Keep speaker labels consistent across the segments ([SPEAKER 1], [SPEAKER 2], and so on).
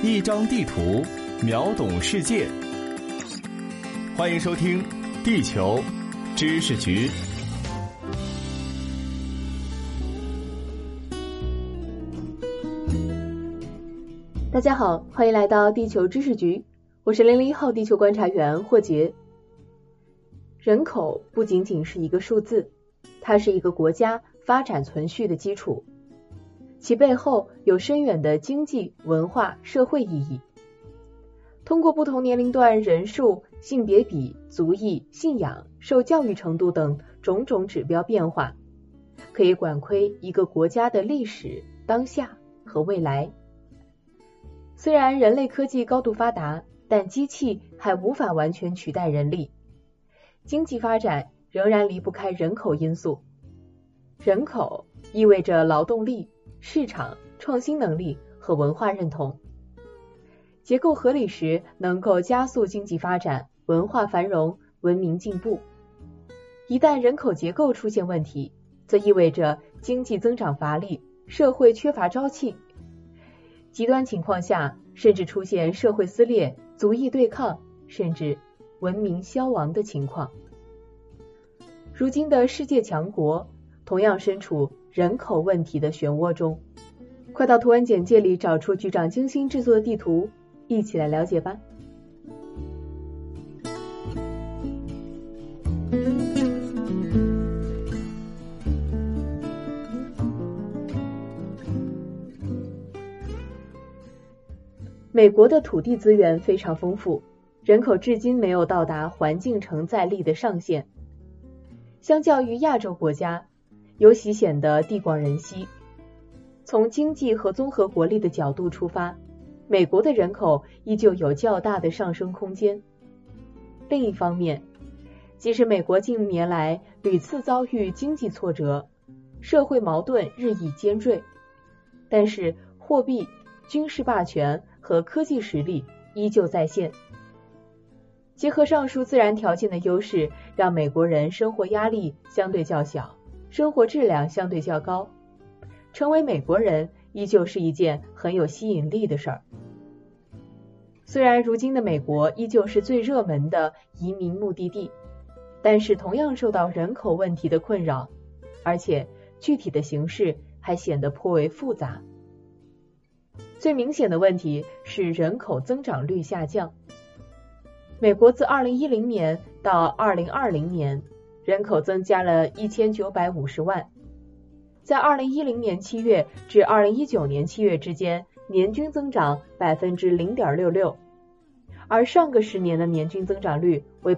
[SPEAKER 1] 一张地图，秒懂世界。欢迎收听地球知识局。
[SPEAKER 2] 大家好，欢迎来到地球知识局，我是001号地球观察员霍杰。人口不仅仅是一个数字，它是一个国家发展存续的基础，其背后有深远的经济、文化、社会意义。通过不同年龄段人数、性别比、族裔、信仰、受教育程度等种种指标变化，可以管窥一个国家的历史、当下和未来。虽然人类科技高度发达，但机器还无法完全取代人力。经济发展仍然离不开人口因素。人口意味着劳动力、市场、创新能力和文化认同。结构合理时，能够加速经济发展、文化繁荣、文明进步。一旦人口结构出现问题，则意味着经济增长乏力，社会缺乏朝气。极端情况下，甚至出现社会撕裂、族裔对抗，甚至文明消亡的情况。如今的世界强国同样身处人口问题的漩涡中。快到图文简介里找出局长精心制作的地图，一起来了解吧。美国的土地资源非常丰富，人口至今没有到达环境承载力的上限。相较于亚洲国家，尤其显得地广人稀。从经济和综合国力的角度出发，美国的人口依旧有较大的上升空间。另一方面，即使美国近年来屡次遭遇经济挫折，社会矛盾日益尖锐，但是货币、军事霸权和科技实力依旧在线。结合上述自然条件的优势，让美国人生活压力相对较小，生活质量相对较高。成为美国人依旧是一件很有吸引力的事儿。虽然如今的美国依旧是最热门的移民目的地，但是同样受到人口问题的困扰，而且具体的形势还显得颇为复杂。最明显的问题是人口增长率下降。美国自2010年到2020年，人口增加了1950万，在2010年7月至2019年7月之间，年均增长 0.66%， 而上个10年的年均增长率为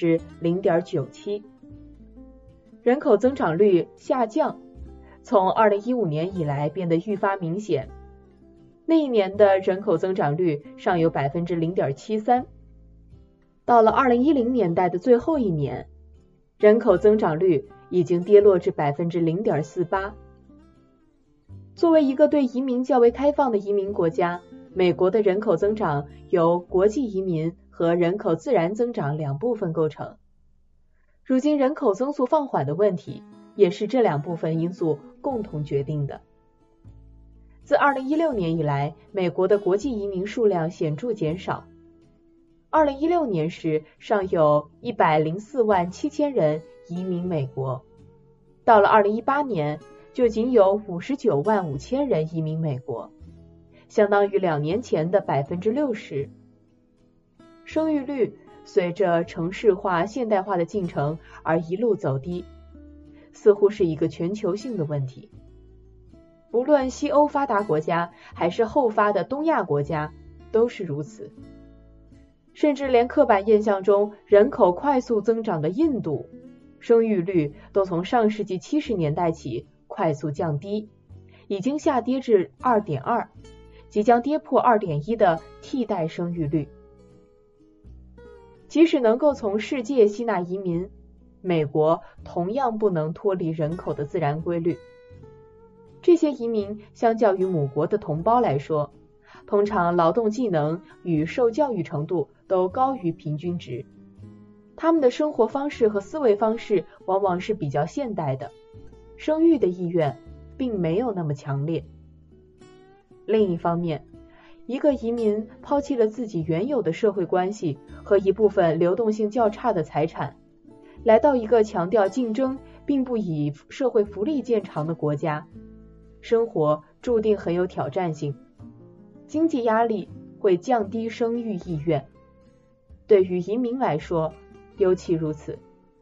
[SPEAKER 2] 0.97%。 人口增长率下降，从2015年以来变得愈发明显。那一年的人口增长率尚有 0.73%， 到了2010年代的最后一年，人口增长率已经跌落至 0.48%。 作为一个对移民较为开放的移民国家，美国的人口增长由国际移民和人口自然增长两部分构成。如今人口增速放缓的问题，也是这两部分因素共同决定的。自2016年以来，美国的国际移民数量显著减少。2016年时尚有104万7千人移民美国，到了2018年就仅有59万5千人移民美国，相当于2年前的 60%。 生育率随着城市化现代化的进程而一路走低，似乎是一个全球性的问题。不论西欧发达国家还是后发的东亚国家都是如此，甚至连刻板印象中人口快速增长的印度，生育率都从上世纪70年代起快速降低，已经下跌至 2.2， 即将跌破 2.1 的替代生育率。即使能够从世界吸纳移民，美国同样不能脱离人口的自然规律。这些移民相较于母国的同胞来说，通常劳动技能与受教育程度都高于平均值，他们的生活方式和思维方式往往是比较现代的，生育的意愿并没有那么强烈。另一方面， 一个移民抛弃了自己原有的社会关系和一部分流动性较差的财产，来到一个强调竞争并不以社会福利见长的国家，生活注定很有挑战性，经济压力会降低生育意愿，对于移民来说尤其如此。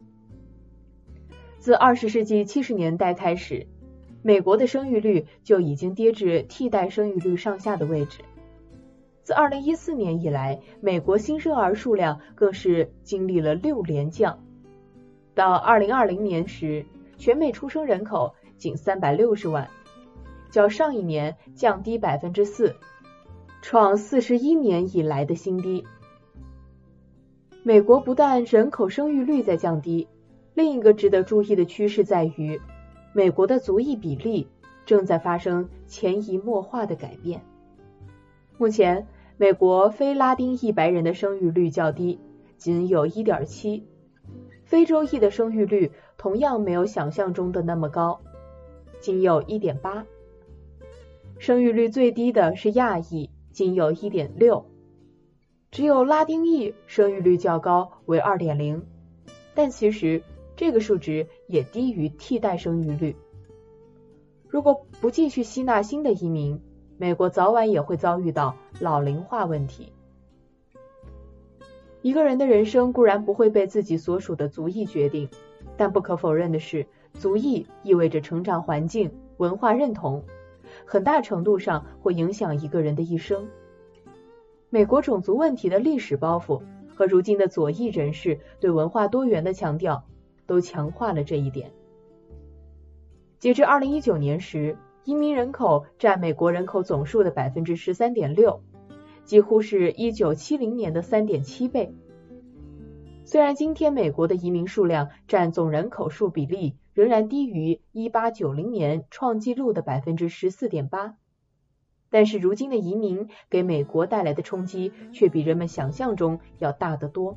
[SPEAKER 2] 自20世纪70年代开始，美国的生育率就已经跌至替代生育率上下的位置。自2014年以来，美国新生儿数量更是经历了6连降。到2020年时，全美出生人口仅360万，较上一年降低 4%， 创41年以来的新低。美国不但人口生育率在降低，另一个值得注意的趋势在于，美国的族裔比例正在发生潜移默化的改变。目前，美国非拉丁裔白人的生育率较低，仅有 1.7%， 非洲裔的生育率同样没有想象中的那么高，仅有 1.8%。 生育率最低的是亚裔，仅有 1.6%， 只有拉丁裔生育率较高，为 2.0%， 但其实这个数值也低于替代生育率。如果不继续吸纳新的移民，美国早晚也会遭遇到老龄化问题。一个人的人生固然不会被自己所属的族裔决定，但不可否认的是，族裔意味着成长环境、文化认同，很大程度上会影响一个人的一生。美国种族问题的历史包袱和如今的左翼人士对文化多元的强调，都强化了这一点。截至2019年时，移民人口占美国人口总数的 13.6%， 几乎是1970年的 3.7 倍。虽然今天美国的移民数量占总人口数比例仍然低于1890年创纪录的 14.8%， 但是如今的移民给美国带来的冲击却比人们想象中要大得多。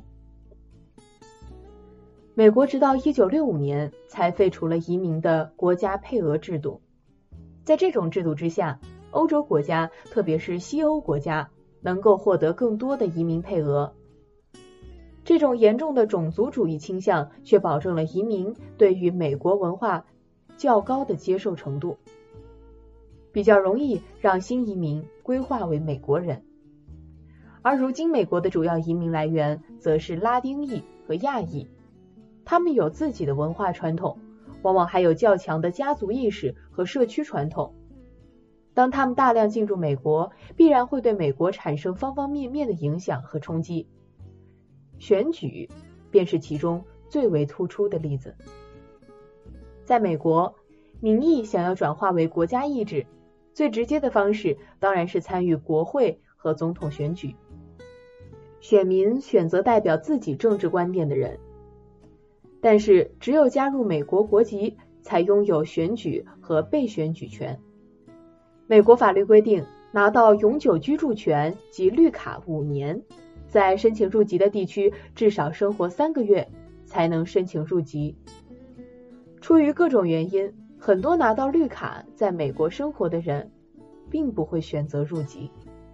[SPEAKER 2] 美国直到1965年才废除了移民的国家配额制度。在这种制度之下，欧洲国家，特别是西欧国家，能够获得更多的移民配额。这种严重的种族主义倾向却保证了移民对于美国文化较高的接受程度，比较容易让新移民归化为美国人。而如今美国的主要移民来源则是拉丁裔和亚裔，他们有自己的文化传统，往往还有较强的家族意识和社区传统。当他们大量进入美国，必然会对美国产生方方面面的影响和冲击。选举便是其中最为突出的例子。在美国，民意想要转化为国家意志，最直接的方式当然是参与国会和总统选举。选民选择代表自己政治观点的人，但是只有加入美国国籍才拥有选举和被选举权。美国法律规定，拿到永久居住权及绿卡5年，在申请入籍的地区至少生活3个月才能申请入籍。出于各种原因，很多拿到绿卡在美国生活的人并不会选择入籍。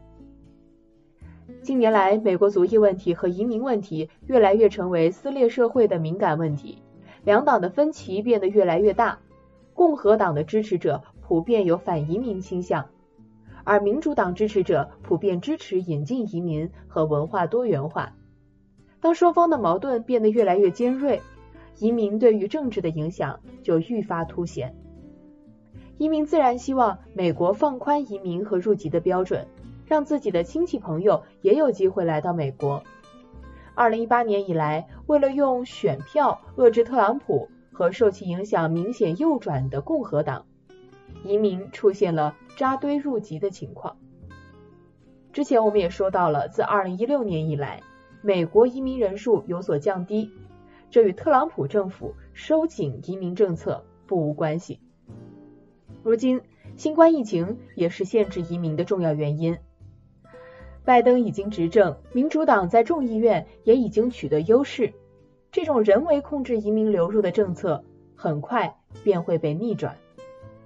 [SPEAKER 2] 近年来，美国族裔问题和移民问题越来越成为撕裂社会的敏感问题，两党的分歧变得越来越大。共和党的支持者普遍有反移民倾向，而民主党支持者普遍支持引进移民和文化多元化。当双方的矛盾变得越来越尖锐，移民对于政治的影响就愈发凸显。移民自然希望美国放宽移民和入籍的标准，让自己的亲戚朋友也有机会来到美国。2018年以来，为了用选票遏制特朗普和受其影响明显右转的共和党，移民出现了扎堆入籍的情况。之前我们也说到了，自2016年以来，美国移民人数有所降低，这与特朗普政府收紧移民政策不无关系。如今，新冠疫情也是限制移民的重要原因。拜登已经执政，民主党在众议院也已经取得优势，这种人为控制移民流入的政策很快便会被逆转。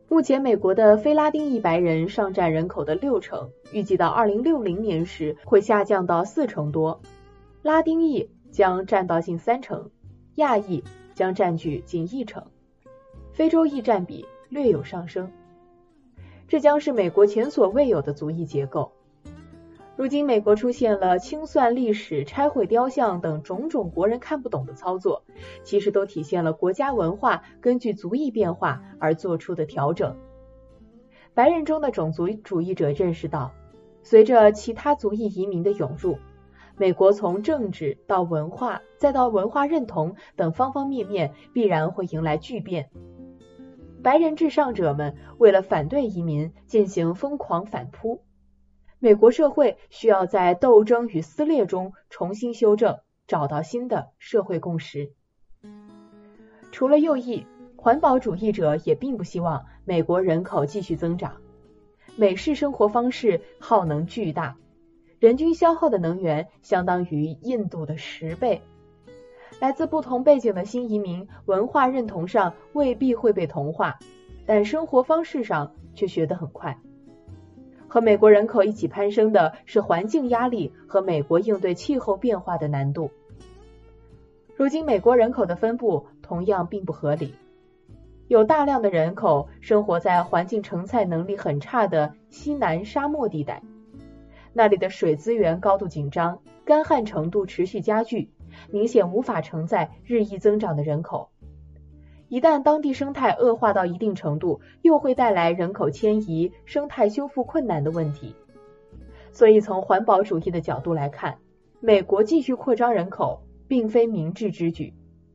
[SPEAKER 2] 目前美国的非拉丁裔白人尚占人口的60%，预计到2060年时会下降到40%多，拉丁裔将占到近30%，亚裔将占据近1%，非洲裔占比略有上升。这将是美国前所未有的族裔结构。如今美国出现了清算历史、拆毁雕像等种种国人看不懂的操作，其实都体现了国家文化根据族裔变化而做出的调整。白人中的种族主义者认识到，随着其他族裔移民的涌入，美国从政治到文化再到文化认同等方方面面必然会迎来巨变。白人至上者们为了反对移民进行疯狂反扑，美国社会需要在斗争与撕裂中重新修正，找到新的社会共识。除了右翼，环保主义者也并不希望美国人口继续增长。美式生活方式耗能巨大，人均消耗的能源相当于印度的10倍。来自不同背景的新移民，文化认同上未必会被同化，但生活方式上却学得很快。和美国人口一起攀升的是环境压力和美国应对气候变化的难度。如今美国人口的分布同样并不合理，有大量的人口生活在环境承载能力很差的西南沙漠地带，那里的水资源高度紧张，干旱程度持续加剧，明显无法承载日益增长的人口。一旦当地生态恶化到一定程度，又会带来人口迁移、生态修复困难的问题。所以从环保主义的角度来看，美国继续扩张人口并非明智之举。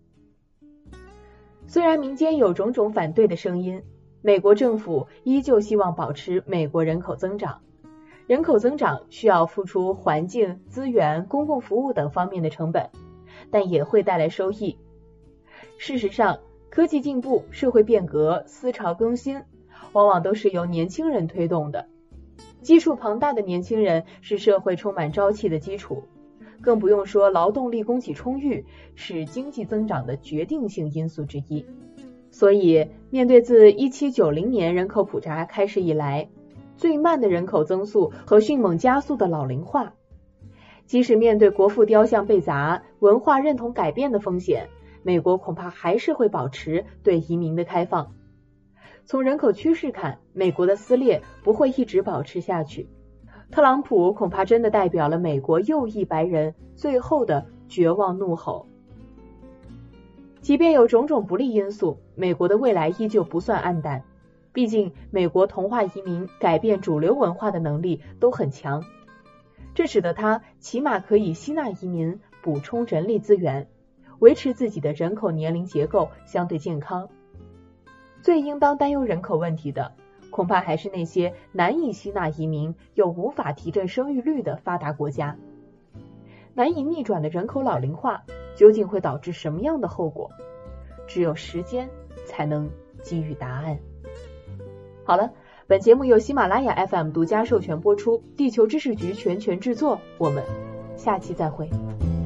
[SPEAKER 2] 虽然民间有种种反对的声音，美国政府依旧希望保持美国人口增长。人口增长需要付出环境、资源、公共服务等方面的成本，但也会带来收益。事实上，科技进步、社会变革、思潮更新，往往都是由年轻人推动的。基数庞大的年轻人是社会充满朝气的基础，更不用说劳动力供给充裕，是经济增长的决定性因素之一。所以，面对自1790年人口普查开始以来，最慢的人口增速和迅猛加速的老龄化，即使面对国父雕像被砸、文化认同改变的风险，美国恐怕还是会保持对移民的开放。从人口趋势看，美国的撕裂不会一直保持下去。特朗普恐怕真的代表了美国右翼白人最后的绝望怒吼。即便有种种不利因素，美国的未来依旧不算黯淡。毕竟美国同化移民改变主流文化的能力都很强，这使得他起码可以吸纳移民，补充人力资源，维持自己的人口年龄结构相对健康。最应当担忧人口问题的，恐怕还是那些难以吸纳移民又无法提振生育率的发达国家。难以逆转的人口老龄化究竟会导致什么样的后果？只有时间才能给予答案。好了，本节目由喜马拉雅 FM 独家授权播出，地球知识局全权制作，我们下期再会。